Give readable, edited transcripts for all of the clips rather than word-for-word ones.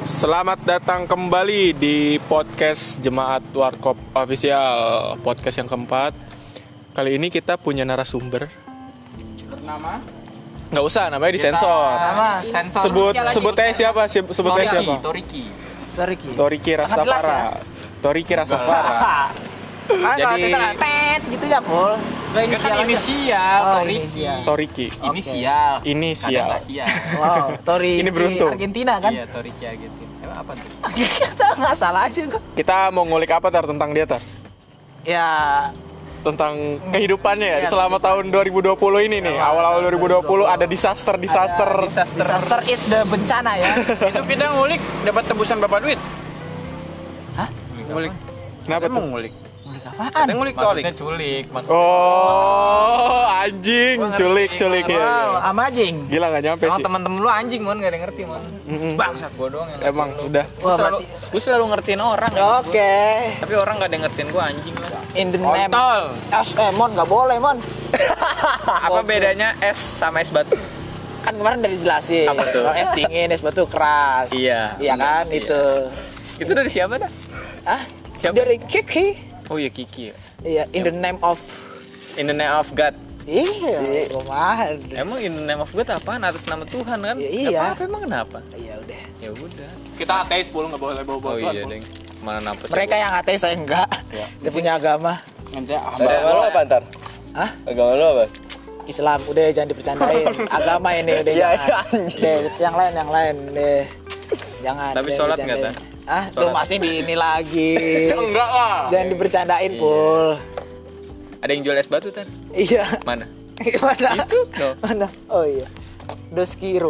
Selamat datang kembali di podcast Jemaat Warkop Official, podcast yang keempat. Kali ini kita punya narasumber. Nama? Nggak usah, namanya disensor. Nama sensor. Sebutnya siapa? Sebutnya siapa? Toriki Rastafara. Toriki Rastafara. Jadi tet gitu ya, Pol. Inisial, Toriki. Inisial. Inisial. Kadang nggak sial. Wow, Tori. Ini beruntung. Argentina kan? Iya, Toriki Argentina. Emang apa tuh? Kita nggak salah aja kok. Kita mau ngulik apa tentang dia Ya, tentang kehidupannya ya, Ya, selama tahun 2020 ini nih. Awal-awal 2020 ada disaster. disaster is the bencana ya. Itu kita ngulik dapat tebusan berapa duit? Hah? Ngulik. Kenapa tuh? Ngulik. Ngulik apaan? Kita ngulik tolik. Maksudnya culik, maksudnya. Oh, anjing, culik ya. Wow, amazing. Gila nggak nyampe Sama sih. teman-teman lu anjing, mon, gak ada yang ngerti, mon. Bangsat. Gua doang yang Emang ngertiin lu. udah. Wah, berarti Gue selalu ngertiin orang. oke. Tapi orang gak ada yang ngertiin gue anjing lah. In the name. Kontol. Mon nggak boleh, Mon. Apa bedanya es sama es batu? Kan kemarin udah dijelasin. Apa tuh? Kalau es dingin, es batu keras. Iya. Iya kan, Iya. itu. Itu dari siapa dah? Ah, Siapa? dari Kiki. Oh iya, Kiki ya. Iya, in the name of. In the name of God. Iya, kumaha. Emang in the name of God apaan? Atas nama Tuhan kan? Ya, iya. Apa emang kenapa? Iya udah. Ya udah. Kita ateis pul, nggak boleh bawa Oh iya, deng. Mana nafas. Mereka yang ateis, saya enggak. Saya punya agama. Agama lu apa ntar? Hah? Agama lu apa? Islam, udah jangan dipercandain. Agama ini udah jangan. Deh, yang lain deh. Jangan. Tapi deh, sholat bercandain. nggak, Tan? Ah, tuh masih di ini lagi. Enggak lah. Jangan dibercandain, Pul. Ada yang jual es batu, Tan? Iya. Mana? Mana? Itu, no. Mana? Oh iya. Doskiro.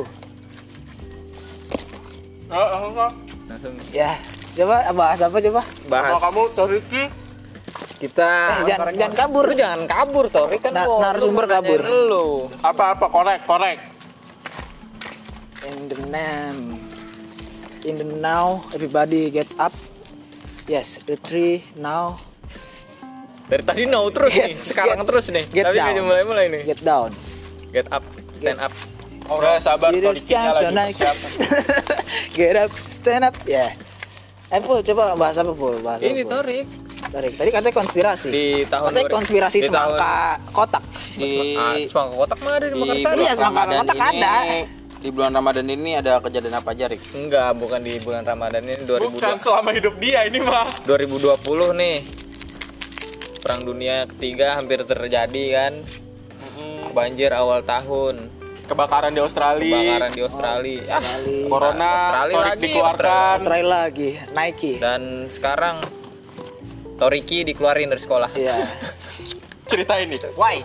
Langsung Ya, coba bahas apa coba? bahas. Kamu Toriki? Kita Jangan kabur. Lu jangan kabur, Tori kan lu. Narasumber lu kabur. nanyain Lu. Apa korek. In the name. In the now, everybody gets up. Yes, the tree now. Dari tadi no terus nih, sekarang terus nih. Get Tapi down. udah mulai nih. Get down. Get up, stand up. Udah sabar, It is Torikinya time lagi to night. persiapan. Get up, stand up. Ya. Pul, coba bahas apa, Pul? Bahas apa, Ini Pul? Torik Tarik. Tadi katanya konspirasi. di tahun Katanya konspirasi di tahun- semangka kotak. semangka kotak mah ada di Makassar. Iya, semangka Ramadan kotak ini, ada. Di bulan Ramadan ini ada kejadian apa aja, Rik? Enggak, bukan di bulan Ramadan ini 2020. Bukan selama hidup dia ini mah. 2020 nih. Perang dunia ketiga hampir terjadi kan. Banjir awal tahun, Kebakaran di Australia. kebakaran di Australia. Corona, Australia Torik lagi, dikeluarkan. Israel lagi, Nike. Dan sekarang Toriki dikeluarin dari sekolah. Iya. Cerita ini. Why?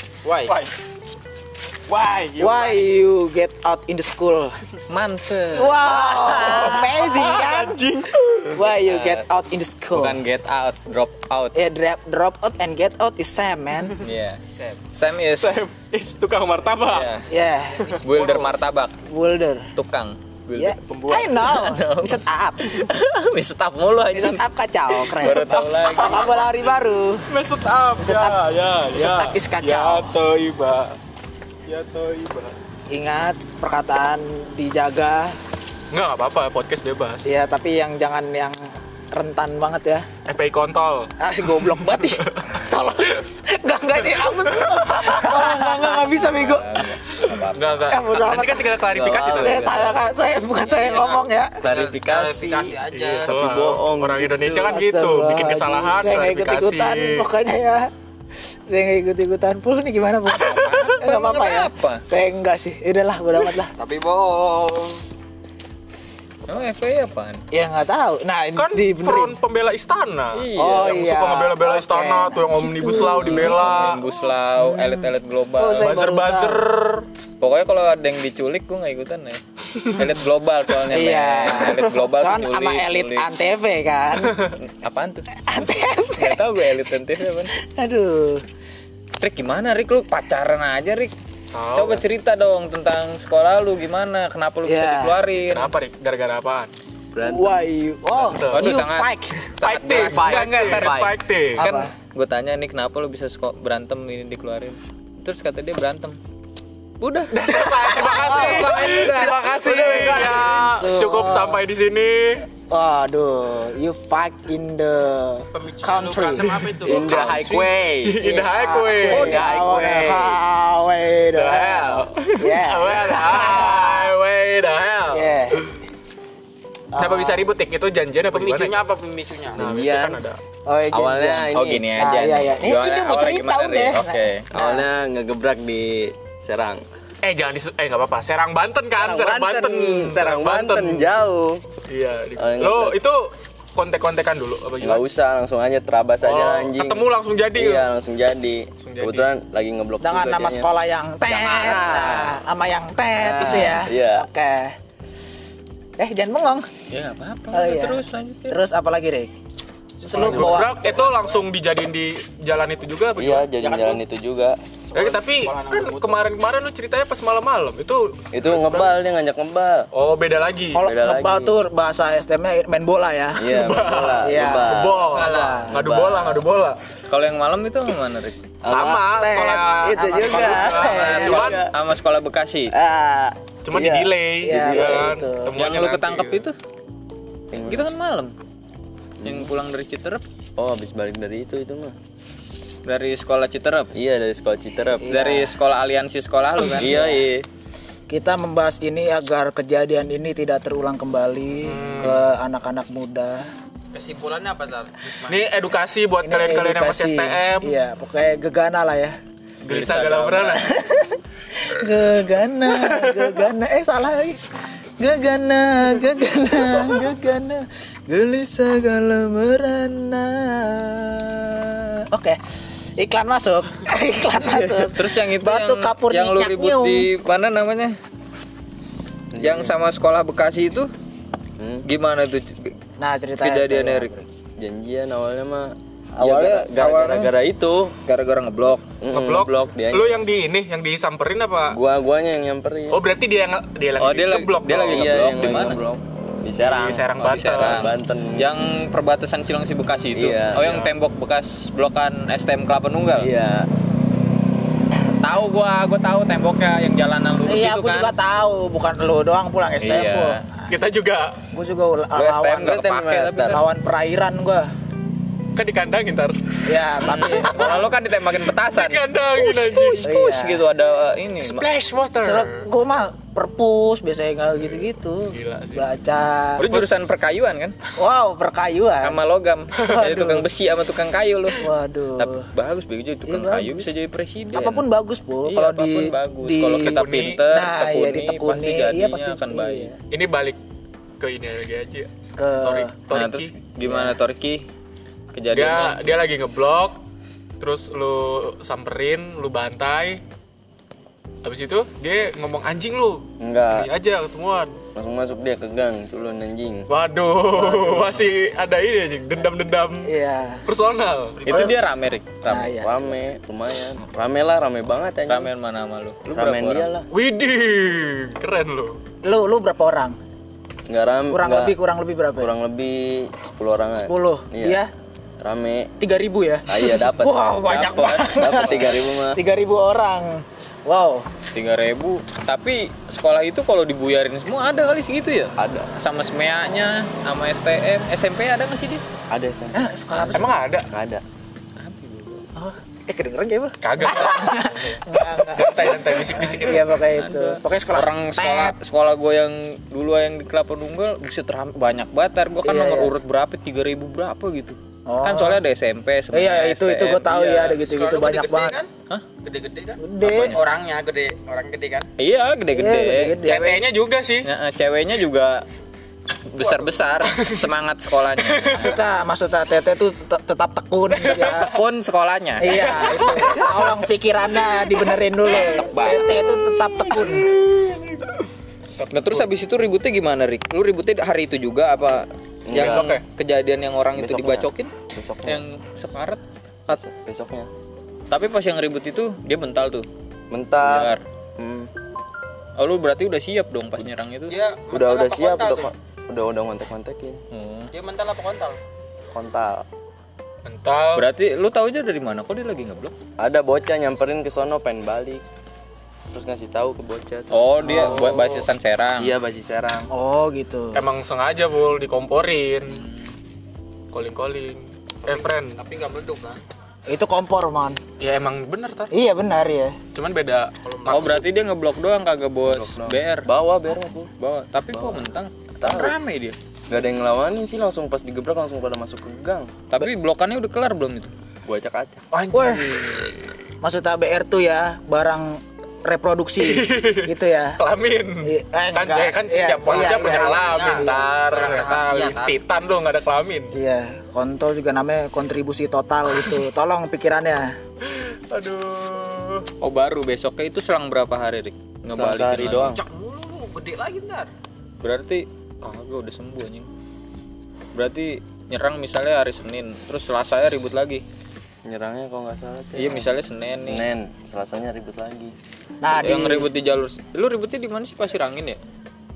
Why? Why you get out in the school? Mantep. Wow, amazing kan? Anjing. Why you get out in the school? Bukan get out, drop out. Ya, drop out and get out is same, man. Iya. Sam is Sam is tukang martabak. ya, Yeah, builder martabak, Boulder. tukang. Ya, Pembuat. I know. Set up. Staf mulu Set aja. up kacau, Baru keren. tahu lagi. Vocabulary baru. Messed up. Messed up is kacau. Ya toiba. Ingat perkataan dijaga. Enggak apa-apa, podcast bebas. Ya, tapi yang jangan yang rentan banget ya. FPI kontol. Ah, si goblok banget ih. Tolong. Enggak dihapus. Enggak bisa bego. Enggak. bodo amat. Nanti kan tinggal klarifikasi tuh. Saya bukan saya ngomong ya. Klarifikasi aja. Iya, sapi bohong. Orang Indonesia kan gitu, Astagfirullah. bikin kesalahan, Saya nggak ikut-ikutan klarifikasi. pokoknya ya. Saya nggak ikut-ikutan. Pul nih gimana, Pul? Enggak apa-apa ya. Kenapa? Saya enggak sih. Udahlah, bodo amat lah. Tapi bohong. Emang FPI apaan? Ya nggak tahu. Nah, Kan dibenerin. front pembela istana. Iya. Oh, Yang iya. suka ngebela-bela Oke. istana tuh, yang omnibus law dibela. Nimbus Law, elit-elit global. Oh, saya baru Buzzer-buzzer. Pokoknya kalau ada yang diculik gue nggak ikutan ya. Elit global soalnya. Iya. men. Elit global tuh Soalnya sama elit Antv kan. Apaan tuh? Antv. Gak tau gue elit Antv apaan. Aduh. Rik gimana Rik, lu pacaran aja Rik? Tahu. Coba cerita dong tentang sekolah lu gimana, kenapa lu bisa Ya. dikeluarin? Kenapa, Rik? Gara-gara apaan? Why you? Oh, Waduh, you sangat- fight. Sangat jelas. Enggak, ntar. Fighting. Kan Apa? gue tanya nih kenapa lu bisa berantem ini dikeluarin. Terus kata dia berantem. Udah. Terima kasih. Terima kasih. Ya, cukup sampai di sini. Waduh, you fight in the country. Apa itu? In the highway. In the highway. In the highway. Highway the hell. Yeah. Well, highway the hell. Yeah. Kenapa bisa ribut, Tik? Itu janjian apa gimana? Pemicunya apa pemicunya? Nah, Iya. biasanya kan ada. Oh, iya, Awalnya janjian. ini Oh gini aja. iya, iya. nih. Ini Gimana, dia mau awalnya cerita gimana, udah. Rik? Oke. Awalnya ngegebrak di Serang. Jangan nggak apa-apa. Serang Banten kan? Serang Banten. Serang Banten jauh. Iya. Oh, yang Lo ngegebrak. itu kontek-kontekan dulu apa Nggak gimana? usah, langsung aja terabas aja anjing. Ketemu langsung jadi. Iya, langsung jadi. jadi. Kebetulan lagi ngeblok Dengan juga nama dianya. sekolah yang tet, sama yang tet itu ya. Iya. Oke. Jangan bengong. Ya nggak apa-apa. Oh, iya. Terus lanjutin. Terus apa lagi, Rik? Lu bawa Gebrak itu langsung dijadiin di jalan itu juga apa Iya, gimana? jadi jalan itu juga. Tapi kan kemarin-kemarin lu ceritanya pas malam-malam itu. Itu ngebal, dia ngajak ngebal. Oh, beda lagi. kalau beda ngebal lagi. tuh bahasa STM-nya main bola ya. Iya, main bola. Iya. ngebal. Bol. Ngadu bola, ngadu bola. Kalau yang malam itu mana, Rik? Sama Tet, sekolah itu sama juga. Cuman Sama sekolah Bekasi. cuma Iya. di delay Iya, gitu kan. betul. Temuannya Yang lu nanti ketangkep gitu. itu? Kita kan malam. Yang pulang dari Citerep, Oh, habis balik dari itu mah. dari sekolah Citerep, Iya, dari sekolah Citerep. dari sekolah aliansi sekolah lu kan? Iya, iya. Kita membahas ini agar kejadian ini tidak terulang kembali ke anak-anak muda. Kesimpulannya apa, Tar? Ini edukasi buat kalian-kalian yang masih edukasi. STM. Iya, pokoknya gegana lah ya. Gelisah galau berana. Gegana, salah lagi. Gegana, gelisah galau merana. Oke, iklan masuk. Terus yang itu Batu kapur yang lu minyak ribut nyung. di mana namanya? Yang sama sekolah Bekasi itu gimana tuh Nah, ceritanya kejadian tuh, Erik? Janjian awalnya mah. Awalnya- gara-gara itu. Gara-gara ngeblok. Ngeblok dia. Lu yang di ini, yang disamperin apa? Guanya yang nyamperin. Oh, berarti dia yang Oh, dia lagi ngeblok. dia lagi dong. Iya, ngeblok yang di mana? ngeblok. Di Serang. Di Serang Oh, di Banten. Serang. Banten. Yang perbatasan Cilengsi Bekasi itu. Iya. Oh, yang tembok bekas blokan STM Kelapa Nunggal. Iya. Tahu gua tahu temboknya yang jalanan lurus Iya, itu aku kan. juga tahu, bukan lu doang pulang STM Iya. gua. Kita juga Gua juga Lu STM lawan enggak kepake tapi kan. lawan perairan gua. kan dikandangin ntar. Ya, tapi Kalau lu kan ditembakin petasan. Dikandangin anjing. Push Iya. gitu ada ini. Splash water. gue mah perpus biasanya nggak gitu-gitu. Gila sih. Baca. Lu jurusan perkayuan kan? Wow, perkayuan. Sama logam. Jadi tukang besi sama tukang kayu lu. Waduh. Tapi bagus begitu jadi tukang Iya, kayu bagus. bisa jadi presiden. Apapun bagus, Bu. Iya, Kalau apapun di bagus. di Kalau kita tekuni, pinter, nah, iya, tekuni, ditekuni, pasti jadinya iya, pasti akan iya. baik. Ini balik ke ini lagi aja. ke Nah, terus gimana Torki? Kejadiannya? Dia lagi ngeblok, terus lu samperin, lu bantai. Habis itu dia ngomong anjing lu. Enggak. Ini aja ketemuan. Langsung masuk dia ke gang, culun anjing. Waduh, masih ada ini anjing, dendam-dendam iya. personal. Itu dia rame, Rik. Nah, Rame. iya. Rame, lumayan. Rame lah, rame banget anjing. Ramean mana sama lu? Lu Ramean berapa dia orang? lah. Widih, keren lu. Lu berapa orang? Enggak rame. Kurang lebih berapa? Kurang lebih 10 orang. 10. Iya. Dia Rame. 3.000 ya? Ah, iya dapat. Wah, banyak banget. Dapat 3.000 mah. 3.000 orang. Wow. 3.000. Tapi sekolah itu kalau dibuyarin semua ada kali segitu ya? Ada. Sama SMEA-nya, sama STM, SMP ada nggak sih dia? Ada sih. Sekolah apa sih? Emang ada? Ada. Oh, kedengeran kayak apa? Kagak. Santai-santai bisik-bisik itu. Iya, pokoknya itu. Pokoknya sekolah. Orang sekolah gue yang dulu yang di Kelapa Nunggal buset banyak banget. Gue kan Iya, nomor iya. urut berapa? 3.000 berapa gitu. Oh. Kan soalnya ada SMP, Iya, itu gue tahu ya, ada gitu-gitu Sekolah lu banyak gede-gede banget. Kan? Hah? Gede-gede kan? Gede. Orangnya gede, orang gede kan? Iya, gede-gede. Iya, gede-gede. Ceweknya juga sih. Ceweknya juga besar-besar semangat sekolahnya. Maksudnya Tete tuh tetap tekun ya. Tekun sekolahnya. Iya, itu. Tolong pikirannya dibenerin dulu. Tete itu tetap tekun. Nah, terus habis itu ributnya gimana, Rik? Lu ributnya hari itu juga apa? Yang Besoknya? kejadian yang orang itu Besoknya. dibacokin? Besoknya. Yang sekarat? Besoknya. Tapi pas yang ribut itu dia mental tuh. Bentar. Biar. Oh, lu berarti udah siap dong pas nyerang itu? Dia Udah mental apa siap, kontal udah tuh? kontek-kontekin. Dia mental apa kontal? Kontal. Mental. Berarti lu tahu aja dari mana? Kok dia lagi ngeblok? Ada bocah nyamperin ke sono pengen balik. terus ngasih tahu ke bocah. Oh, dia buat basisan Serang. Iya, Basi Serang. Oh gitu. Emang sengaja Bul dikomporin. Calling. Friend. Tapi nggak meleduk kan? Itu kompor man. Ya emang bener tar. Iya benar ya. Cuman beda. Oh, berarti dia ngeblok doang kagak bos BR. Bawa BR aku. Bawa. Tapi kok mentang kan rame dia. Gak ada yang ngelawanin sih, langsung pas digebrak langsung pada masuk ke gang. Tapi blokannya udah kelar belum itu? Gua acak-acak. Wah. Maksud BR tuh ya barang reproduksi gitu ya. Kelamin. Kan setiap manusia punya kelamin tar. Kali Titan lu nggak ada kelamin. Iya, kontol juga namanya kontribusi total itu. Tolong pikirannya. Aduh. Oh, baru besoknya itu selang berapa hari, Rik? Selang sehari doang. Cak mulu lu, gede lagi ntar. Berarti kagak udah sembuh anjing. Berarti nyerang misalnya hari Senin, terus Selasanya ribut lagi. Nyerangnya kalau nggak salah Iya, misalnya Senin nih. Senin, Selasanya ribut lagi. Nah, Yang ribut di jalur. Lu ributnya di mana sih? Pasir Angin ya?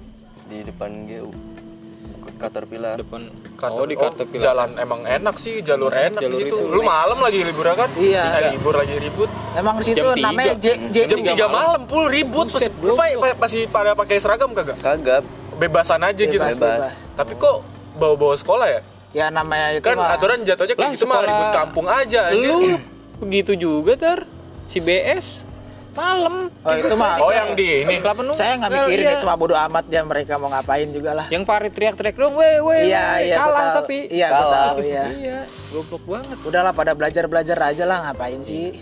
Di depan GU. Caterpillar. Depan. Oh, di Caterpillar. Jalan emang enak sih, jalur enak jalur di situ. itu. Lu malam lagi liburan kan? Iya. Libur lagi ribut. emang di situ Jam namanya 3. Jam 3 malam pul ribut. Buset, Lu pasti pada pakai seragam kagak? Kagak. Bebasan aja gitu. Bebas. Tapi kok bawa-bawa sekolah ya? Ya namanya itu Kan mah. aturan jatuhnya kayak Lah, gitu mah sekolah. ribut kampung aja anjir. Lu begitu juga tar. Si BS malam. Oh itu mah. Oh yang di ini. Kelapa Nunggal. Saya nggak mikirin Iya. itu mah bodo amat ya mereka mau ngapain juga lah. Yang Farid teriak-teriak dong, weh, Iya, gua kalah tahu. tapi. Iya, gua tahu, iya. Iya, goblok banget. Udahlah pada belajar aja lah ngapain sih?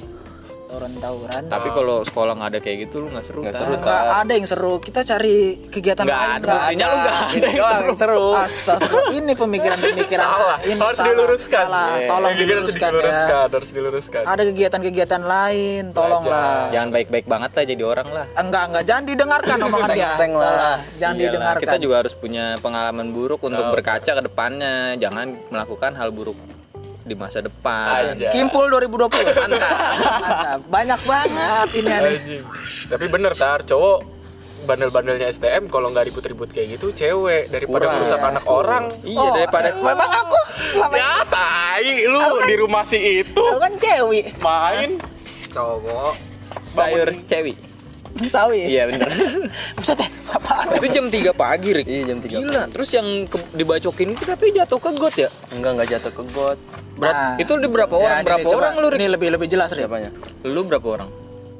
Tawuran. Tapi kalau sekolah nggak ada kayak gitu lu nggak seru. Nggak Tar. seru, Nggak ada yang seru. Kita cari kegiatan Nggak lain. ada, Bang. buktinya lu nggak ada yang Doang yang seru. Astagfirullah. Ini pemikiran Salah. ini Harus salah. diluruskan. Salah. Tolong Ini diluruskan ya. Harus diluruskan. Ada kegiatan-kegiatan lain, tolonglah. Jangan baik-baik banget lah jadi orang lah. Enggak, jangan didengarkan omongan dia. Teng lah. Salah. Jangan Iyalah, didengarkan. kita juga harus punya pengalaman buruk untuk berkaca ke depannya. Jangan melakukan hal buruk di masa depan. Aja. Kimpul 2020. Mantap. Banyak banget ini aneh. Anjing. Tapi bener tar, cowok bandel-bandelnya STM kalau nggak ribut-ribut kayak gitu cewek daripada Kurang. merusak anak orang. Iya, daripada Memang aku selama ini Ya tai lu di rumah si itu aku kan cewek. main Cowok. sayur cewi. Sawi. Iya bener. Buset deh. Apaan? Itu jam 3 pagi, Rik. Iya, jam 3 Gila, terus yang dibacokin itu tapi jatuh ke got ya? Enggak jatuh ke got. Nah, Itu di berapa orang? ya, Berapa ini coba. orang lu, Rik? Ini lebih jelas Rik. Siapanya? Lu berapa orang?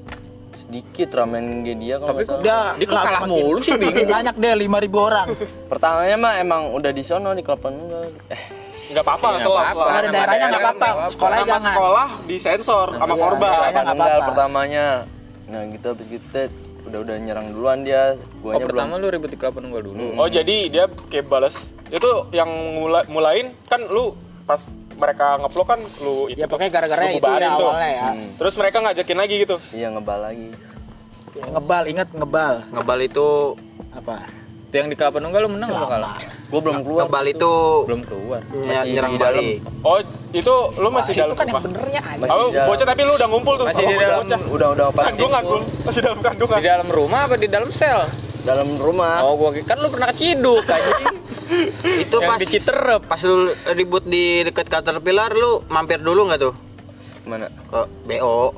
Sedikit ramen dia kalau Tapi nggak kok salah. dia kok kalah mulu sih, bingung. Banyak deh 5.000 orang. Pertamanya mah emang udah di sono di Kelapa Nunggal. nggak apa-apa Nggak soal apa-apa. Kalau ada daerahnya nggak apa-apa. Sekolahnya nama jangan. sekolah disensor sama Iya, korban. daerahnya Kelapa nggak Nunggal apa-apa. pertamanya. Nah gitu habis gitu udah nyerang duluan dia. Oh, Guanya pertama lu ribut di Kelapa Nunggal dulu. Oh jadi dia kayak balas itu yang mulain kan lu pas mereka ngeplok kan lu itu Ya pokoknya gara-gara lu itu bubarin ya tuh. awalnya ya. Terus mereka ngajakin lagi gitu. Iya ngebal lagi. Ngebal, ingat ngebal. Ngebal itu Apa? Itu yang di Kelapa Nunggal lu menang apa kalah? Gua belum keluar. ngebal itu Belum keluar. Masih nyerang di dalam. balik. Oh itu lu masih Itu dalam kan yang rumah. benernya aja. Masih Oh di dalam. bocah tapi lu udah ngumpul tuh. Masih Oh, di dalam bocah. Udah pas Kandungan Gul. Masih dalam kandungan. Di dalam rumah apa di dalam sel? dalam rumah. Oh, gua kan lu pernah keciduk anjing. Itu Yang pas di Citerep. pas lu ribut di dekat Caterpillar lu mampir dulu nggak tuh? Mana? Ke BO.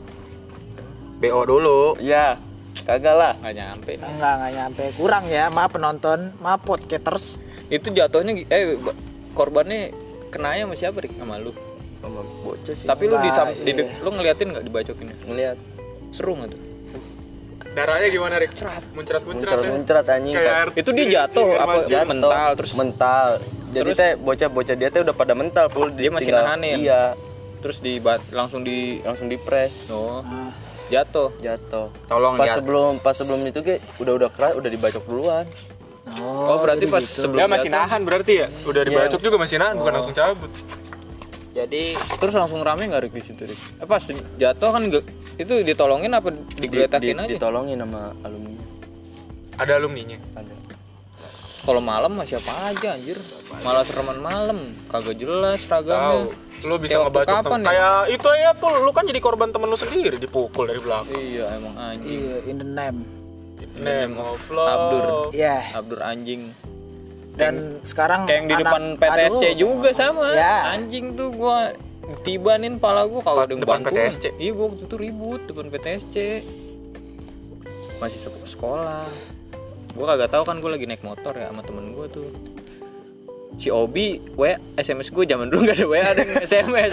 BO dulu. Iya. Kagak lah. Nggak nyampe. Enggak nyampe. Kurang ya. Maaf penonton, maaf podcasters. Itu jatuhnya korbannya kenanya sama siapa, Rik? Sama lu. Sama bocah sih. Tapi lu Nah, lu ngeliatin nggak dibacokinnya? ngelihat Seru nggak tuh? Darahnya gimana Rik? Muncrat-muncrat ya. muncrat anjing. Kayak air. Itu dia jatuh apa Jatuh. mental terus mental. Jadi Terus? teh bocah-bocah dia teh udah pada mental full. Dia masih tinggal- nahanin? Iya, terus langsung di langsung dipres. oh jatuh. Jatuh. Tolong Pas ya. sebelum itu ke udah keras udah dibacok duluan. Oh, berarti pas gitu. sebelum Dia masih jatuh, nahan berarti ya? Udah dibacok juga masih nahan, bukan langsung cabut. Jadi terus langsung rame nggak, Rik, di situ, Rik? Pas jatuh kan itu ditolongin apa digeletakin aja? Ditolongin sama alumni. Ada alumninya. Ada. Kalau malam mah siapa aja anjir. Malah sereman malam, kagak jelas Tahu. seragamnya. Lu bisa Kayak waktu ngebacok kapan ya? kayak itu ya Pul, lu kan jadi korban temen lu sendiri dipukul dari belakang. Iya, emang anjing. Iya, in the name. Name of love. Abdur. Ya. Abdur anjing. Dan sekarang Kayak yang di depan PTSC aduh. juga sama. Ya. Anjing tuh gua tibanin pala gua kalau ada yang Depan bantuan. PTSC? Iya, gua waktu itu ribut depan PTSC. masih sekolah. Gue kagak tahu kan, gue lagi naik motor ya sama temen gue tuh. Si Obi SMS gue zaman dulu nggak ada WA, ada SMS.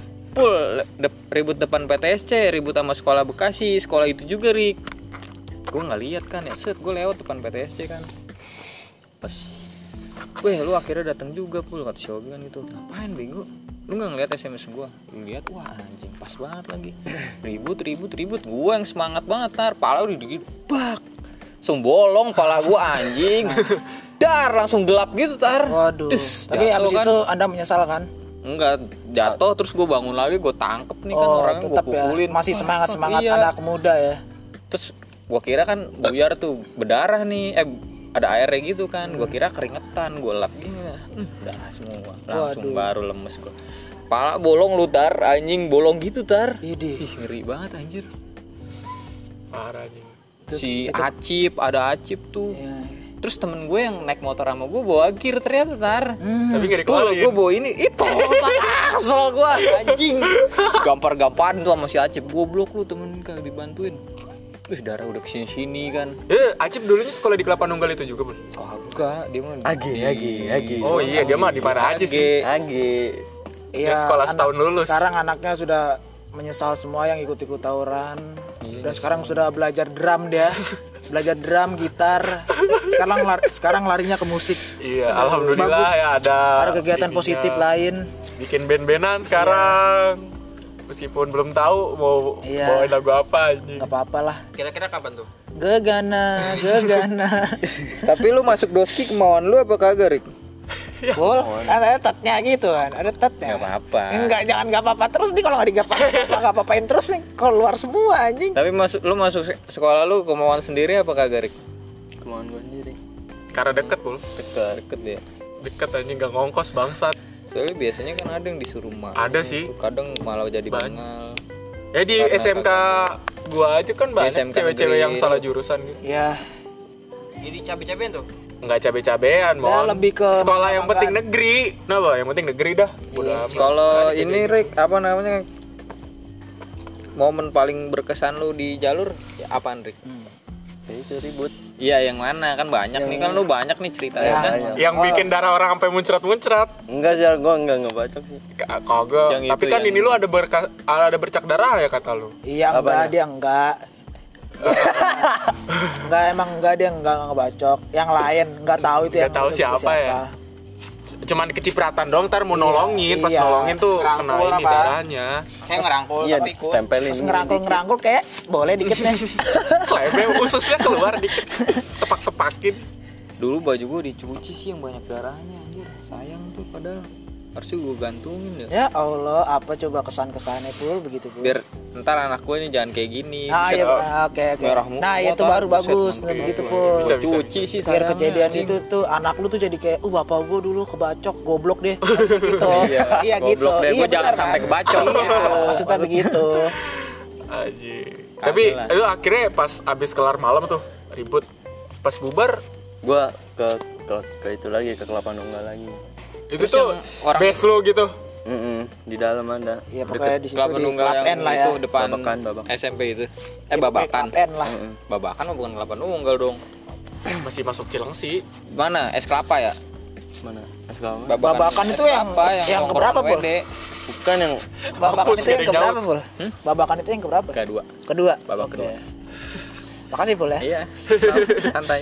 Ribut depan PTSC, ribut sama sekolah Bekasi, sekolah itu juga Rik. Gue nggak lihat kan ya, gue lewat depan PTSC kan. Pas, lu akhirnya datang juga Pul, kata si Obi kan gitu. Ngapain bego? Lu nggak ngeliat SMS gue? Lu lihat, wah anjing pas banget lagi. Ribut, gue yang semangat banget tar, pala udah digigit, bak. Langsung bolong pala gue anjing. Dar langsung gelap gitu tar. Waduh. Tapi abis kan. itu Anda menyesal kan? Enggak, jatuh terus gue bangun lagi, gue tangkep nih kan orangnya, gue pukulin. Ya. Masih semangat iya. Anak muda ya. Terus gue kira kan buyar tuh berdarah nih, ada airnya gitu kan. Gue kira keringetan, gue lap gini, darah semua. Langsung baru lemes gue. Pala bolong lu tar, anjing bolong gitu tar. Ih ngeri banget anjir. Parah anjing. Si Acip, ada Acip tuh. Iya. Terus temen gue yang naik motor sama gue bawa gear ternyata tar. Tapi gak dikeluarin. Gue bawa ini, itu asal gue anjing. Gampar-gamparan tuh sama si Acip. Goblok lu temen kagak dibantuin. Terus darah udah kesini-sini kan. Acip dulunya sekolah di Kelapa Nunggal itu juga Bun? Kagak, dia mah Agi. Oh iya, dia mah di mana aja sih? Agi. Iya, sekolah setahun lulus. Sekarang anaknya sudah menyesal semua yang ikut-ikut tawuran. Dan sekarang sudah belajar drum dia. Belajar drum, gitar. Sekarang larinya ke musik. Iya, alhamdulillah. Bagus. Ya ada kegiatan positif lain. Bikin band-bandan sekarang. Meskipun belum tahu mau bawain lagu apa aja. Gak apa-apa lah. Kira-kira kapan tuh? Gegana. Tapi lu masuk doski kemauan lu apa kagak, Rik? Ya. Ada tatnya gitu kan, ada tatnya. Gak apa-apa. Enggak, jangan gak apa-apa terus nih, kalau gak gak apa-apain terus nih, keluar semua anjing. Tapi lu masuk sekolah lu kemauan sendiri apa kagak, Rik? Kemauan gue sendiri. Karena deket Pul. Deket ya. Deket anjing, gak ngongkos bangsat. Soalnya biasanya kan ada yang disuruh main. Ada sih. Kadang malah jadi bengal. Ya di SMK gua aja kan banyak cewek-cewek yang salah jurusan gitu. Ya. Jadi cabe-cabean tuh. Enggak cabe-cabean, Mon. Lebih ke sekolah yang penting negeri. Nah, yang penting negeri dah. Kalau ini Rik, apa namanya? Momen paling berkesan lu di jalur ya apaan, Rik? Itu ribut. Iya, yang mana? Kan banyak nih, kan lu banyak nih ceritanya kan. Yang bikin darah orang sampai muncrat-muncrat. Enggak sih, gua enggak ngebacok sih. Kagak. Tapi kan ini lu ada bercak darah ya kata lu. Iya, enggak, dia enggak. Enggak dia enggak ngebacok. Yang lain enggak tahu itu, yang tahu siapa ya. Cuman kecipratan dong, ntar mau nolongin, pas nolongin tuh kena ini darahnya. Saya ngerangkul tapi ikut. Tempelin. Terus ngerangkul kayak boleh dikit nih. Selebe ususnya keluar dikit. Tepak-tepakin. Dulu baju gue dicuci sih yang banyak darahnya anjir. Sayang tuh padahal. Harusnya gue gantungin ya. Ya Allah, apa coba kesan-kesannya Pul begitu Pul. Biar ntar anak gue ini jangan kayak gini. Nah, iya, oke. Nah, itu baru bagus begitu Pul. Bisa. Cuci sih biar sayangnya. Kejadian itu tuh anak lu tuh jadi kayak, bapak gue dulu kebacok, goblok deh. Gitu. Iya gitu. Deh, Iya jangan sampai kebacok. Maksudnya begitu. Anjir. Tapi itu akhirnya pas abis kelar malam tuh ribut. Pas bubar gua ke itu lagi, ke Kelapa Nunggal lagi. Itu tuh base lu gitu. Di dalam ada. Iya, pokoknya di situ Kelapa di Nunggal yang lah ya. itu depan Babakan. SMP itu. Babakan. lah. Babakan mah bukan Kelapa Nunggal dong. Masih masuk Cilengsi. Mana? Es kelapa ya? Mana? Sekolah. Babakan itu yang keberapa, Pul? Bukan yang Babakan itu yang keberapa, Pul? Babakan itu yang keberapa? Kedua. Babak kedua. Makasih, Pul ya. Iya. Santai.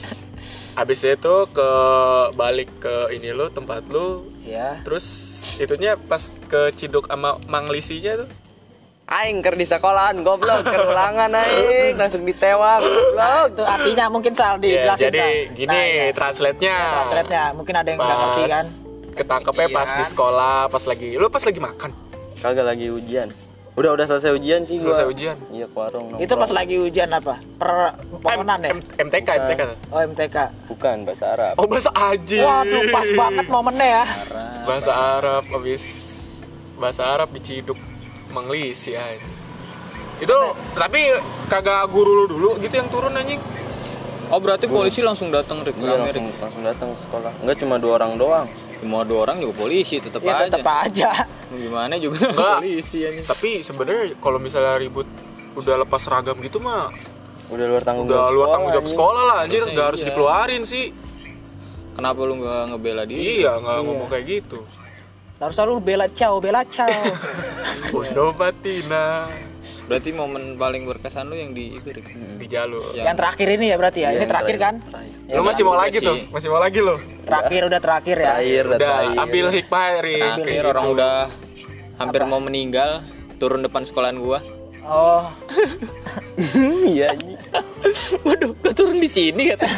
Habis itu balik ke ini lu, tempat lu. Iya. Terus itunya pas ke Ciduk sama Mang Lisinya tuh. aing ker di sekolahan goblok, ker ulangan aing langsung ditewang goblok. Itu artinya mungkin salah dijelasin. Jadi gini translate-nya. Ya, translate-nya mungkin ada yang enggak ngerti kan. Ketangkepnya pas di sekolah, pas lagi makan. Kagak lagi ujian. Udah selesai ujian sih gua. Selesai ujian. Iya, ke warung. Itu pas lagi ujian apa? Permohonan ya? MTK. Oh, MTK. Bukan, bahasa Arab. Oh, bahasa Aji. Waduh, pas banget momennya ya. Bahasa Arab habis bahasa Arab diciduk menglisi ya. Itu tapi kagak guru lu dulu gitu yang turun anjing. Oh, berarti polisi langsung datang Iya, langsung datang ke sekolah. Enggak cuma 2 orang doang. Cuma 2 orang juga polisi tetap Ya aja. tetap aja. Gimana juga Enggak. polisi anjing. Tapi sebenarnya kalau misalnya ribut udah lepas seragam gitu mah Udah luar tanggung Udah jawab. luar tanggung jawab sekolah lah anjir, Harusnya nggak harus iya. dikeluarin sih. Kenapa lu nggak ngebela diri? Iya, nggak ngomong kayak gitu. Harus selalu bela ciao. Bodoh batina Berarti momen paling berkesan lu yang di itu, Rik. di jalur. Yang terakhir ini ya berarti ya. Iya, Ini yang terakhir kan? terakhir. Lu masih mau juga lagi sih. tuh, masih mau lagi lo. Terakhir udah terakhir ya. Terakhir, Udah terakhir. ambil hikmah Rik. Akhir orang udah hampir mau meninggal, turun depan sekolahan gua. Oh, Iya anjing. Waduh, gua turun di sini kata.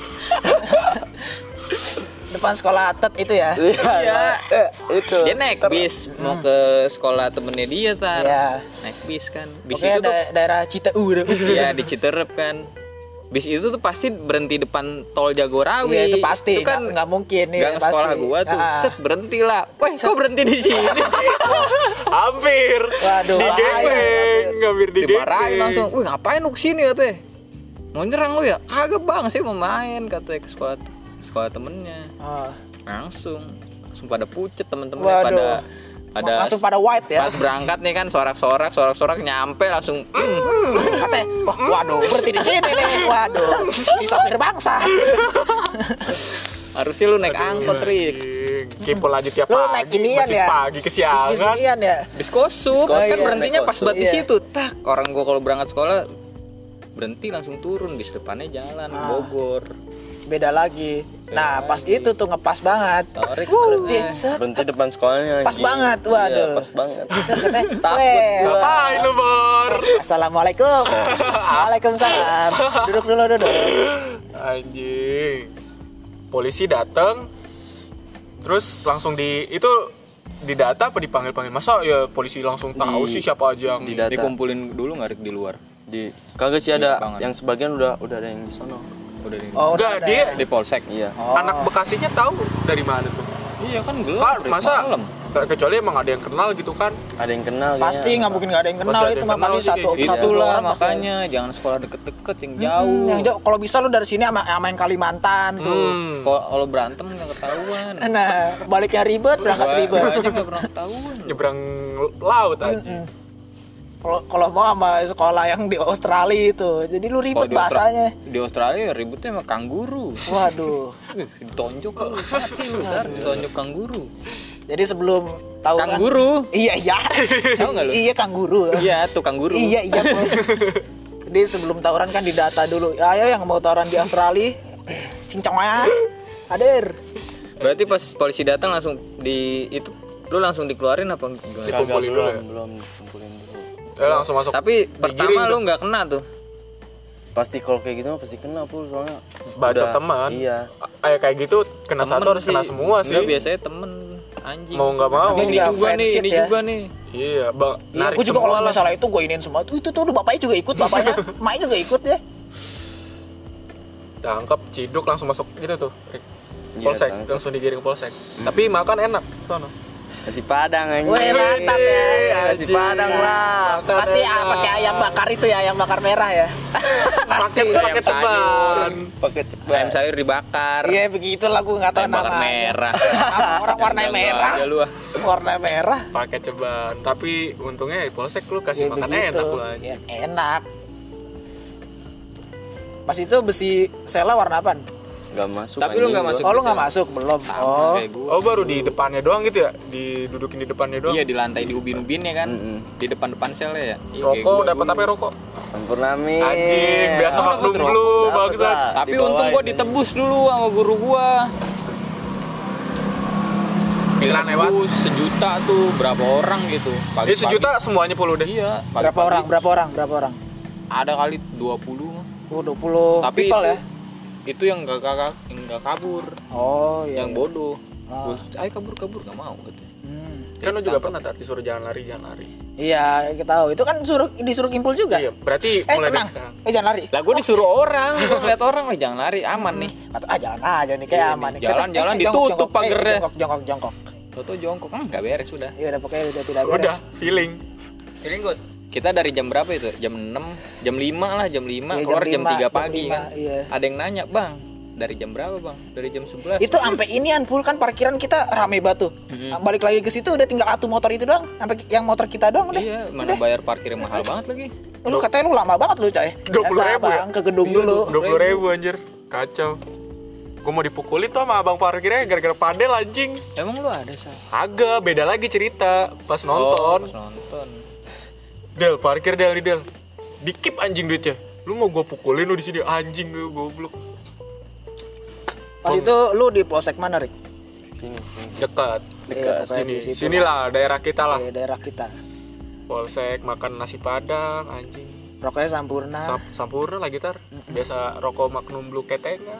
depan sekolah Atet itu ya. Iya. Itu. Dia naik bis mau ke sekolah temennya dia tar. Iya. Naik bis kan. Bis Pokoknya itu tuh daerah Citeu. iya di Citerep kan. Bis itu tuh pasti berhenti depan tol Jagorawi. Iya itu pasti. Itu kan nggak mungkin nih. gang sekolah gua tuh. Set berhenti lah. Wah, kok berhenti di sini? Hampir. Waduh, Digebeng, hampir Dimarahin digebeng. langsung. Wih, ngapain lu kesini katanya? Mau nyerang lu ya? Kagak bang, sih mau main katanya ke sekolah temennya. Oh. Langsung pada pucet temen-temen Waduh. pada Langsung pada white ya. pas berangkat nih kan sorak-sorak nyampe langsung Katanya, waduh berhenti di sini nih. Waduh, si sopir bangsa. harusnya lu naik angkot Rik. Kimpul aja tiap Lu pagi. naik inian Basis ya. pagi kesiangan. Bis-bisian ya. Bis kosup Oh, kan iya, berhentinya naik pas banget di iya. situ. Tak, orang gua kalau berangkat sekolah berhenti langsung turun, bis depannya jalan Bogor. Beda lagi. Nah, pas itu tuh ngepas banget. Tarik Berhenti, perutnya. set. Berhenti depan sekolahnya. Pas anjing. banget, waduh. Iya, pas banget. Set, katanya, Takut "Weh, gua." Ngapain lu, Bor? Assalamualaikum. Waalaikumsalam. Duduk dulu. Anjing. Polisi datang. Terus langsung itu didata apa dipanggil-panggil? Masa ya polisi langsung tahu sih siapa aja yang Didata. Dikumpulin dulu nggak Rik di luar? Kagak sih ada Banget. yang sebagian udah ada yang di sono. Udah di Oh, Enggak, udah dia ada. di polsek. Iya. Oh. anak Bekasinya tahu dari mana tuh? Iya kan gelap. Kan Rik, masa malam. kecuali emang ada yang kenal gitu kan? Ada yang kenal Pasti kayaknya. nggak mungkin nggak ada yang kenal Pasti ada itu yang mah kenal pasti sih, satu kayak gitu. satu dua Itulah orang pasti ada. makanya jangan sekolah deket-deket yang jauh. Yang jauh kalau bisa lu dari sini sama yang Kalimantan tuh. Sekolah kalau berantem nggak ketahuan. Nah, baliknya ribet, berangkat Gua ribet. aja nggak pernah ketahuan. Nyebrang laut aja. Kalau mau sama sekolah yang di Australia itu. Jadi lu Kalau ribet bahasanya. Di Australia ributnya sama kanguru. Waduh. Wih, ditonjok lu, mati lu, Dar. Ditonjok kanguru. Jadi sebelum tawuran. Kanguru. Iya. Tahu nggak lu? Iya kanguru. Iya, tuh kanguru. Iya. Bro. Jadi sebelum tawuran kan didata dulu. Ayo yang mau tawuran di Australia, cincang ya. Hadir. Berarti pas polisi datang langsung itu lu langsung dikeluarin apa gimana? Dikumpulin dulu ya. Belum dikumpulin dulu. Langsung masuk. Tapi pertama tuh. lu nggak kena tuh. Pasti kalau kayak gitu mah pasti kena pul soalnya. Baca udah- teman. Iya. Kayak gitu kena Temen satu harus kena semua sih. Enggak, biasanya temen anjing. Mau nggak mau. Ini Ini nggak juga nih, friendship ini ya. juga nih. Iya, Bang. Iya, aku juga kalau masalah itu gue iniin semua. Itu tuh bapaknya juga ikut, bapaknya, emaknya juga ikut ya. Tangkap, ciduk langsung masuk gitu tuh. Iya, Polsek, tangkap. langsung digiring ke polsek. Tapi makan enak sono. Nasi Padang anjing. Wih, mantap ya. Nasi Padang lah. Pasti pakai ayam bakar itu ya, ayam bakar merah ya. Pasti. Ayam sayur. Pakai cepat. Ayam sayur dibakar. Iya begitulah gue nggak tahu Ayam bakar nama. merah. Orang warnanya Ganggu merah. aja lu, ah. Warna merah. Pakai ceban. Tapi untungnya di polsek lu kasih Ya, makan begitu. enak lu aja. Ya, enak. Pas itu besi sela warna apa? Enggak masuk. Tapi lu anjing, nggak gua. masuk. Oh lu bisa. nggak masuk belum? Sama Oh. kayak gua. Oh, baru di depannya doang gitu ya? Didudukin di depannya doang. Iya di lantai di ubin-ubin ya kan. Mm-mm. Di depan selnya ya. Iya, kayak Rokok gua dapat dulu. apa rokok? Sampurnami. Anjing, biasa Oh, maklum dapat lu, rokok. bangsat. Dapat. Tapi Dibawain untung gua aja. ditebus dulu sama guru gua. Giliran lewat. Ditebus sejuta tuh berapa orang gitu. Pagi-pagi. Sejuta semuanya puluh deh. Iya. Berapa orang? Berapa orang? Ada kali 20 mah. 20 Tapi people itu, ya. Itu yang enggak kabur, Oh iya. yang bodoh. Ah. Ayo kabur enggak mau gitu. Kan lu juga pernah tadi disuruh jangan lari. Iya, kita tahu. Itu kan disuruh kimpul juga. Iya, berarti mulai dari Tenang. sekarang. Jangan lari. Lah gua disuruh orang, gua ngeliat orang, wah jangan lari, aman nih. Kata jalan aja nih kayak Iya, aman nih. nih. Jalan-jalan Jongkok, ditutup jongkok. pagernya. Jongkok. Toto jongkok, enggak beres sudah. Iya udah pokoknya udah tidak beres. Udah, feeling. Kita dari jam berapa itu? Jam 6, jam 5 lah, jam 5 Iya, keluar jam jam 5, 3 jam pagi 5, kan. iya. Ada yang nanya, "Bang, dari jam berapa bang? Dari jam 11. Itu sampai inian full kan parkiran kita rame batu. Balik lagi ke situ udah tinggal satu motor itu doang, sampai yang motor kita doang udah. Iya, mana bayar parkirnya mahal banget lagi. Lu katanya lu lama banget lu, Cay. 20.000 ya? Bang, ke gedung dulu. 20.000 anjir. Kacau. Gue mau dipukulin tuh sama abang parkirnya gara-gara padel anjing. Emang lu ada sih? Agak, beda lagi cerita pas nonton. Pas nonton. Del, parkir Del nih Del. Dikip anjing duitnya. Lu mau gue pukulin lu di sini anjing lu goblok. Pas itu lu di polsek mana, Rik? Sini. Dekat. Iya, pokoknya di situ Sinilah daerah kita lah. di daerah kita. Polsek makan nasi padang anjing. Rokoknya Sampurna. Sampurna lagi tar. Biasa rokok Magnum Blue ketengan.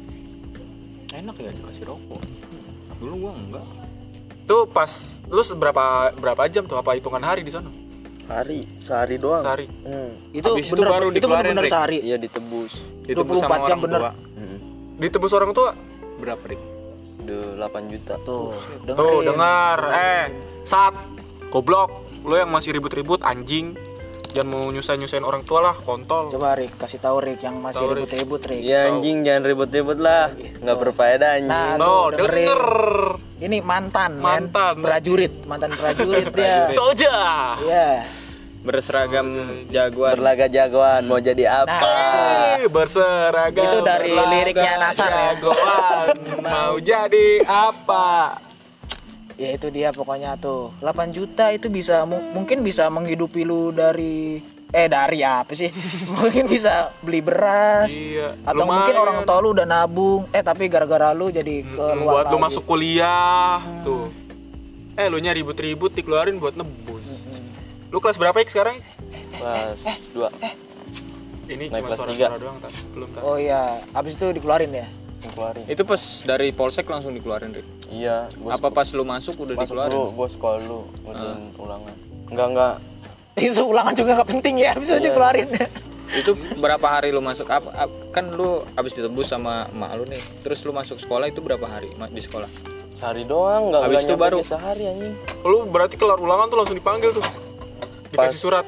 Enak ya dikasih rokok. Dulu gua enggak. Tuh pas lu berapa jam tuh, apa hitungan hari di sana? Sehari doang. Sehari. Itu Habis itu bener, baru itu dikeluarin, bener Rik. sehari. Iya ditebus. Ditebus 24 sama jam orang bener. tua. Ditebus orang tua. Berapa, Rik? Udah 8 juta. Tuh, Tuh, dengerin. dengar. Sat. Goblok. Lu yang masih ribut-ribut anjing. Jangan mau nyusahin orang tua lah, kontol. Coba Rik, kasih tahu Rik yang masih Tahu, Rik. ribut-ribut Rik. Iya anjing jangan ribut-ribut lah. Enggak berfaedah anjing. Nah, Tuh, tuh dengerin. denger. Ini mantan Mantan. mantan prajurit dia. Soja. Iya. Berseragam jagoan. Berlaga jagoan mau jadi apa? Berseragam. Itu dari berlaga liriknya Nasar ya. jagoan. Mau jadi apa? Ya itu dia pokoknya tuh 8 juta itu bisa mungkin bisa menghidupi lu dari apa sih mungkin bisa beli beras Iya, atau lumayan. mungkin orang tua lu udah nabung tapi gara-gara lu jadi keluar Buat lu lagi. masuk kuliah tuh. Lu nya ribut-ribut dikeluarin buat nebus. Lu kelas berapa ya sekarang? Kelas 2. Ini Naik cuma kelas suara-suara doang tak? Belum tak? Oh iya abis itu dikeluarin ya. Keluarin. Itu pas dari polsek langsung dikeluarin, Rik. Iya, Apa pas lu masuk udah masuk dikeluarin? dulu, gua sekolah dulu, ngerjain ulangan. Enggak. Itu ulangan juga gak penting ya bisa dikeluarin. Itu berapa hari lu masuk? Kan lu abis ditebus sama emak lu nih. Terus lu masuk sekolah itu berapa hari di sekolah? Sehari doang, enggak Habis itu nyampe baru? sehari anjing. Lu berarti kelar ulangan tuh langsung dipanggil tuh. Dikasih Pas- surat.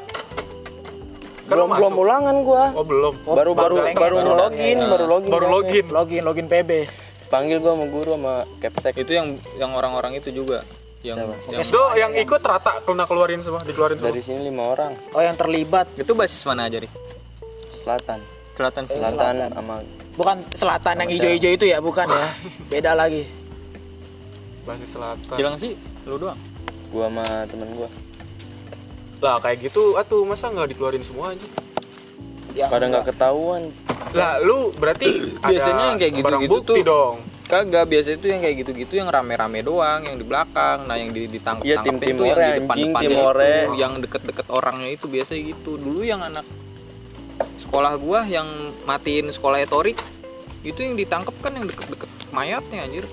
Kan lu Belum masuk. ulangan gua. Oh, belum. Baru login. Login PB. Panggil gua sama guru sama Capsek. Itu yang orang-orang itu juga yang Itu yang ikut rata kena keluarin semua, dikeluarin semua. Dari sini 5 orang. Oh yang terlibat itu basis mana aja, Rik? Selatan. Selatan. Selatan sama bukan selatan yang hijau-hijau itu ya bukan ya beda lagi. Basis Selatan. Cilengsi lu doang. gua sama temen gua. Lah kayak gitu atuh masa nggak dikeluarin semua aja? Ya, Pada nggak ketahuan. Lah lu berarti Biasanya yang kayak barang gitu-gitu bukti tuh. dong. Kagak, biasa itu yang kayak gitu-gitu yang rame-rame doang, yang di belakang. Nah, yang ditangkap Iya, tim itu yang Timore, di anjing, depan-depannya Timore. itu, yang deket-deket orangnya itu biasa gitu. Dulu yang anak sekolah gua yang matiin sekolah Torik itu yang ditangkap kan yang deket-deket mayatnya anjir.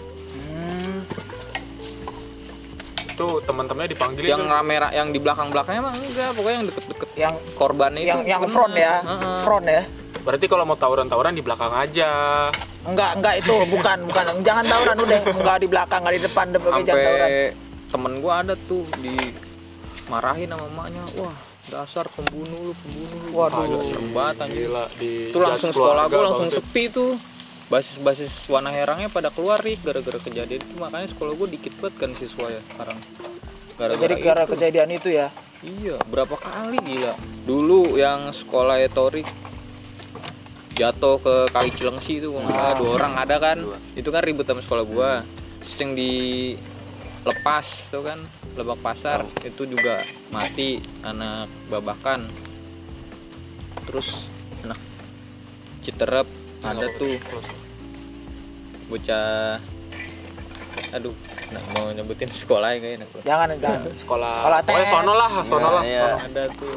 Tuh teman-temannya dipanggilin Yang tuh. rame yang di belakang-belakangnya mah enggak, pokoknya yang deket-deket yang korbannya itu. yang kena. front ya Heeh. front ya. Berarti kalau mau tawuran-tawuran di belakang aja. Enggak itu bukan jangan tawuran udah enggak di belakang enggak di depan jangan tawuran. Sampai temen gua ada tuh dimarahin sama emaknya. Wah, dasar pembunuh lu. Waduh. Agak serem banget anjir. Gila di Itu langsung sekolah gua langsung bangsat. sepi tuh. Basis-basis warna herangnya pada keluar Rik gara-gara kejadian itu, makanya sekolah gua dikit banget kan siswa ya sekarang. Jadi gara kejadian itu ya. Iya, berapa kali gila. Dulu yang sekolah Torik jatuh ke Kali Cilengsi itu kalau nggak salah, 2 orang ada kan. Itu kan ribut sama sekolah gua. Terus yang dilepas tuh kan Lebak Pasar itu juga mati anak babakan. Terus anak Citerep ada tuh bocah, aduh nggak mau nyebutin sekolahnya kayaknya. Jangan Sekolah T. pokoknya sono lah. Iya. Sono. Ada tuh,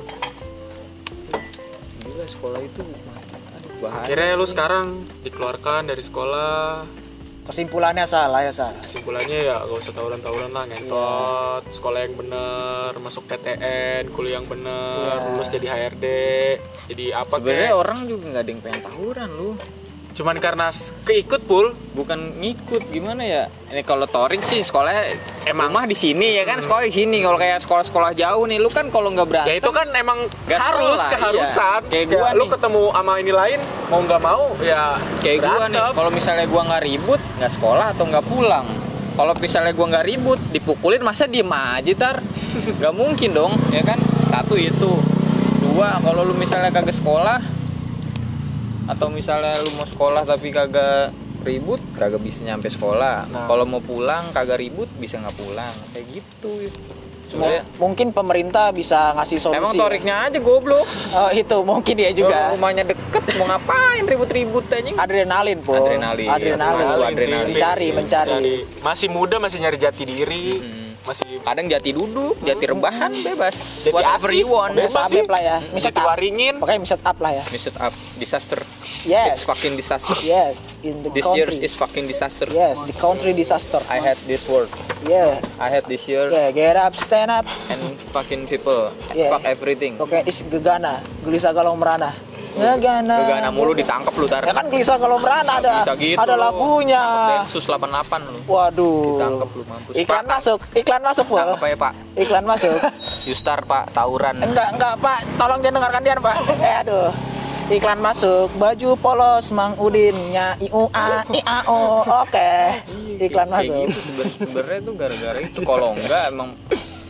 gila sekolah itu aduh bahaya. Akhirnya lu sekarang dikeluarkan dari sekolah. Kesimpulannya salah ya salah. Kesimpulannya ya gak usah tawuran-tawuran lah, ngentot. Sekolah yang bener, masuk PTN, kuliah yang bener, lulus jadi HRD, jadi apa Sebenarnya kek. orang juga nggak ada yang pengen tawuran lu. Cuman karena keikut pul. Bukan ngikut, gimana ya? Ini kalau touring sih sekolahnya emang rumah di sini ya kan, sekolah di sini. Kalau kayak sekolah-sekolah jauh nih, lu kan kalau nggak berantem. Ya itu kan emang Gak harus sekolah, keharusan. iya. Kayak gua lu nih. ketemu sama ini lain mau nggak mau ya Kayak gua nih, berantem. kalau misalnya gua nggak ribut, nggak sekolah atau nggak pulang. Kalau misalnya gua nggak ribut, dipukulin masa diem aja tar? Gak mungkin dong, ya kan? Satu itu. Dua, kalau lu misalnya kagak sekolah, atau misalnya lu mau sekolah tapi kagak ribut, kagak bisa nyampe sekolah. Nah. Kalau mau pulang kagak ribut, bisa nggak pulang. Kayak gitu. Sebenarnya Mungkin pemerintah bisa ngasih solusi. emang toriknya aja goblok. Oh, itu mungkin ya Juga. juga. Rumahnya deket, mau ngapain ribut-ribut anjing? Adrenalin, Po. Adrenalin. Adrenalin. Adrenalin. Mencari. Masih muda, masih nyari jati diri. Masih Kadang jati duduk, jati rebahan, bebas. Jati Whatever asik. you want. Bisa sih? up lah ya. Miset Jati up. waringin. Pokoknya miset up lah ya. Miss it up, disaster. Yes. It's fucking disaster. Yes, in the This year country. is fucking disaster. Yes, the country disaster. I hate this word. Yeah. I hate this year Yeah, get up, stand up. and fucking people. Yeah. Fuck everything. Oke, is gegana, gelisah galau merana. Gegana. Gegana mulu ditangkap lu tar. Ya kan gelisah kalau merana ada. Bisa gitu Ada lu. lagunya. Densus 88 lu. Waduh. Ditangkap lu mampus. Iklan Pak, masuk, iklan masuk, Pol. tangkap aja Pak. Iklan masuk. Yustar Pak, tawuran. Enggak, Pak. Tolong jangan dengarkan dia, Pak. Aduh. Iklan masuk, baju polos Mang Udinnya IUA IAO. Oke. Iklan Kayak masuk. gitu sebenarnya tuh gara-gara itu. Kalau enggak emang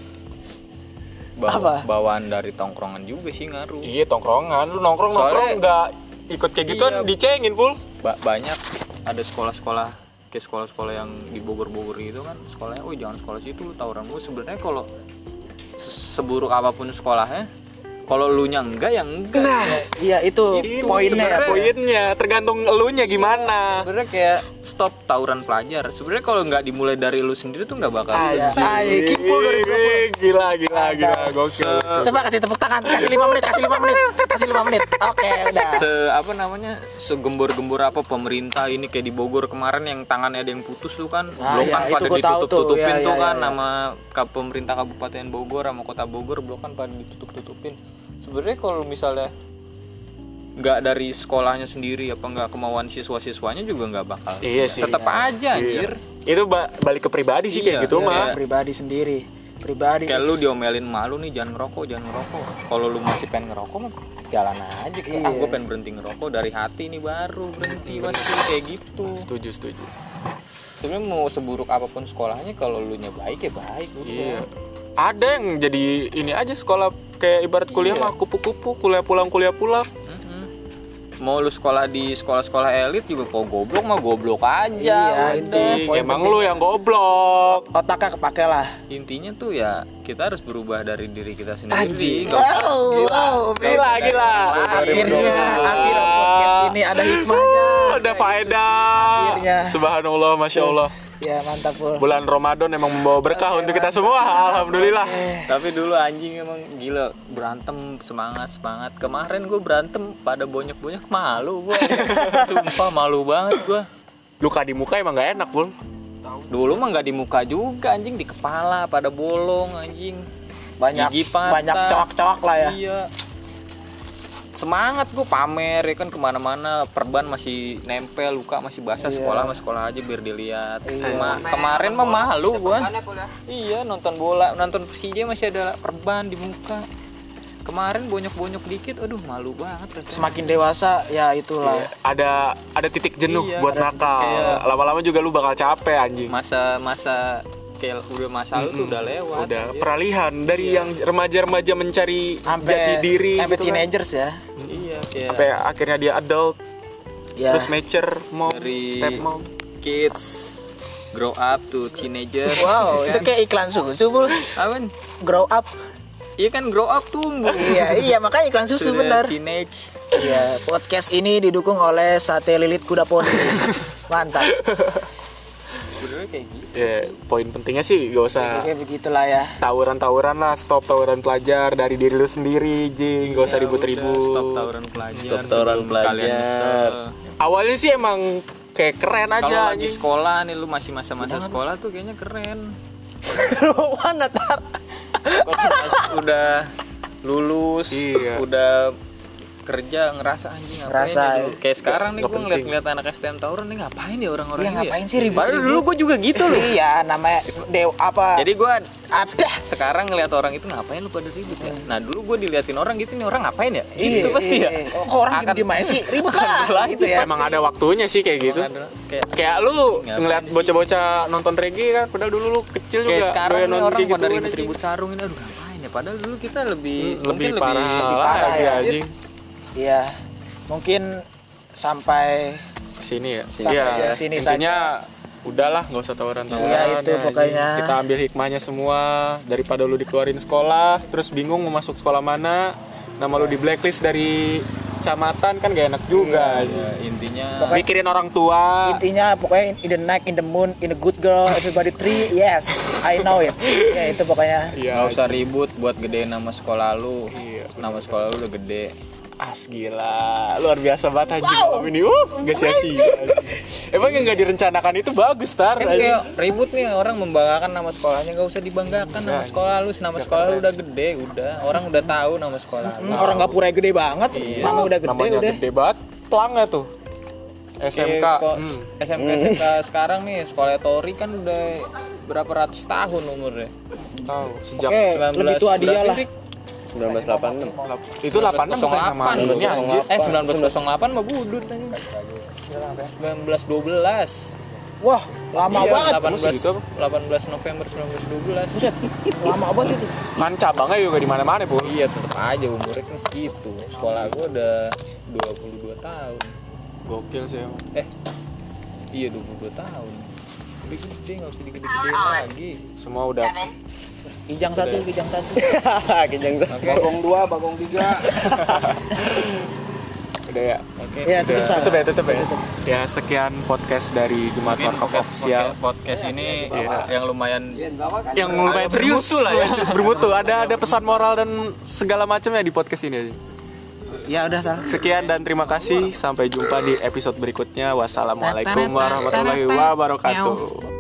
Apa? bawaan dari tongkrongan juga sih ngaruh. Iya, tongkrongan. Lu nongkrong Soalnya- nggak ikut kayak gituan Iya. dicengin, pul. Banyak ada sekolah-sekolah kayak sekolah-sekolah yang di Bogor-Bogor gitu kan, sekolahnya oh jangan sekolah situ lu tawuran mulu. Sebenarnya kalau seburuk apapun sekolahnya, kalau lu nya enggak ya enggak. Nah, Iya, itu Itu poinnya ya, sebenarnya. poinnya tergantung elunya gimana. Sebenarnya kayak stop tawuran pelajar. Sebenarnya kalau nggak dimulai dari lu sendiri tuh nggak bakal Iya. selesai. Ayo, kickball 2020. Gila, gokil. Coba kasih tepuk tangan, kasih 5 menit, kasih 5 menit, kasih 5 menit. Oke, udah. Apa namanya, segembor-gembor apa pemerintah ini kayak di Bogor kemarin yang tangannya ada yang putus tuh kan, Ah, blokan iya, pada itu gua tahu tuh. ditutup-tutupin Iya, tuh iya, kan iya. sama pemerintah Kabupaten Bogor sama Kota Bogor, blokan pada ditutup-tutupin. Sebenarnya kalau misalnya nggak dari sekolahnya sendiri apa nggak kemauan siswa-siswanya juga nggak bakal. Iya sih. Tetap aja anjir. Itu balik ke pribadi sih Iya, kayak gitu iya. mah. Pribadi sendiri. Pribadi. Kayak lu diomelin malu nih jangan ngerokok. Kalau lu masih pengen ngerokok mah jalan aja kayak Iya. gue pengen berhenti ngerokok dari hati nih baru berhenti pasti kayak gitu. Setuju. Sebenarnya mau seburuk apapun sekolahnya kalau lu nya baik ya baik udah. Iya. Ada yang jadi ini aja sekolah kayak ibarat kuliah Iya. mah kupu-kupu, kuliah pulang. Mau lu sekolah di sekolah-sekolah elit juga kok goblok mah goblok aja. Iya, udah. itu. Poin Emang penting. lu yang goblok. Otaknya kepake lah. Intinya tuh ya kita harus berubah dari diri kita sendiri. Anjing. Nggak- Gila. Akhirnya podcast ini ada hikmahnya. Ada faedah. Akhirnya. Subhanallah, masya Allah. Ya, mantap, Pul. Bulan Ramadan emang membawa berkah untuk kita semua. Alhamdulillah. Tapi dulu anjing emang gila berantem semangat. Kemarin gue berantem pada bonyok-bonyok malu gue. Sumpah malu banget gue. Luka di muka emang gak enak, Bul. Dulu mah nggak di muka juga anjing, di kepala pada bolong anjing. Banyak Gigi patah. banyak coak-coak lah ya. Iya. Semangat gue pamer ya kan kemana-mana, perban masih nempel, luka masih basah, sekolah aja biar dilihat. Kemarin mah malu gue. Iya nonton bola, nonton Persija masih ada perban di muka. Kemarin bonyok-bonyok dikit, aduh malu banget rasanya. Semakin dewasa ya itulah. Ada titik jenuh Iya, buat ada nakal. kayak- Lama-lama juga lu bakal capek anjing. Masa kayak udah masa lu tuh udah lewat. Udah anjir. peralihan dari yang remaja-remaja mencari jati Sampai diri sampai gitu kan. teenagers ya. Iya kayak Sampai akhirnya dia adult, Ya. terus mature, mom, Dari- step mom. kids grow up to teenager. Wow, itu kayak iklan susu, Bul. Apaan? Grow up. Iya kan grow up tumbuh. Iya, makanya iklan susu Sudah bener. teenage. Iya, podcast ini didukung oleh sate lilit kuda poni. Mantap. Sebenarnya kayak gitu. Ya, poin pentingnya sih gak usah Oke, begitulah ya. tawuran-tawuran lah, stop tawuran pelajar dari diri lu sendiri, jing, gak usah Udah, ribut-ribut. Stop tawuran pelajar. Stop tawuran sebelum kalian pelajar. nyesel. Awalnya sih emang kayak keren Kalau aja lagi anjing. sekolah nih lu masih masa-masa sekolah tuh kayaknya keren. Mana tar? Kalau pas udah lulus, Iya. udah kerja ngerasa anjing ngapain Ngerasa, ya dulu. Kayak sekarang nih nggak gue penting. ngeliat anak STM tawuran nih ngapain ya orang-orang Iya, ini ngapain ya? sih ribut-ribut? Padahal dulu gue juga gitu loh. Iya, namanya apa? Jadi gue sekarang ngeliat orang itu ngapain lu pada ribut ya? Nah dulu gue diliatin orang gitu nih orang ngapain ya? Gitu pasti ya. Kok orang diem aja sih? Ribut lah gitu ya. Emang ada waktunya sih kayak gitu. Kayak lu Ngapain ngeliat sih? bocah-bocah nonton reggae kan, padahal dulu lu kecil Kayak juga sekarang doyan nih nonton orang kayak pada gituan, ribut-ribut sarung ini aduh ngapain ya? Padahal dulu kita lebih lebih mungkin parah parah lagi ya. anjing. Iya. Mungkin sampai Sini ya. Sampai Iya, di sini intinya udahlah nggak usah tawuran-tawuran. Iya, itu anjing. pokoknya. Kita ambil hikmahnya semua daripada lu dikeluarin sekolah, terus bingung mau masuk sekolah mana, nama lu di blacklist dari kecamatan kan gak enak juga. anjing. ya, intinya Mikirin orang tua. intinya pokoknya in the night, in the moon, in the good girl, everybody three, yes, I know it. Ya itu pokoknya. Iya. nggak usah ribut buat gedein nama sekolah lu. Iya. Nama sekolah lu udah gede. Gila, luar biasa banget anjing malam ini. Gak sia-sia. Emang yang gak direncanakan itu bagus, Tar. Kan kayak ribut nih orang membanggakan nama sekolahnya, nggak usah dibanggakan nama sekolah lu. Nama sekolah lu udah gede, udah orang udah tahu nama sekolah lu. Orang Gapura gede banget, nama udah gede Namanya udah. gede banget. Pelangnya tuh. SMK. SMK sekarang nih sekolah Tori kan udah berapa ratus tahun umurnya. Tahu sejak Oke, lebih tua dia berapa, lah. Rick? 1986. itu 86 bukan namanya 1908 mah budut anjing. 1912. Wah, lama Iya, banget. 18 November 1912. Buset, lama banget itu. kan cabangnya juga di mana-mana, Bu. Iya, tetap aja umurnya kan segitu. Sekolah gua udah 22 tahun. Gokil sih emang. Iya 22 tahun. Udah gede, nggak usah digede-gedein lagi. Semua udah Kijang satu. Kijang. Oke. Bagong 2, Bagong 3. udah ya. Oke. Ya, tutup Tutup ya. Ya sekian podcast dari Jumat Mungkin Warkop Official. podcast ini yang lumayan Yang lumayan serius bermutu lah ya. Serius bermutu. Ada pesan moral dan segala macamnya di podcast ini aja. Ya udah salah. Sekian dan terima kasih. Sampai jumpa di episode berikutnya. Wassalamualaikum warahmatullahi wabarakatuh.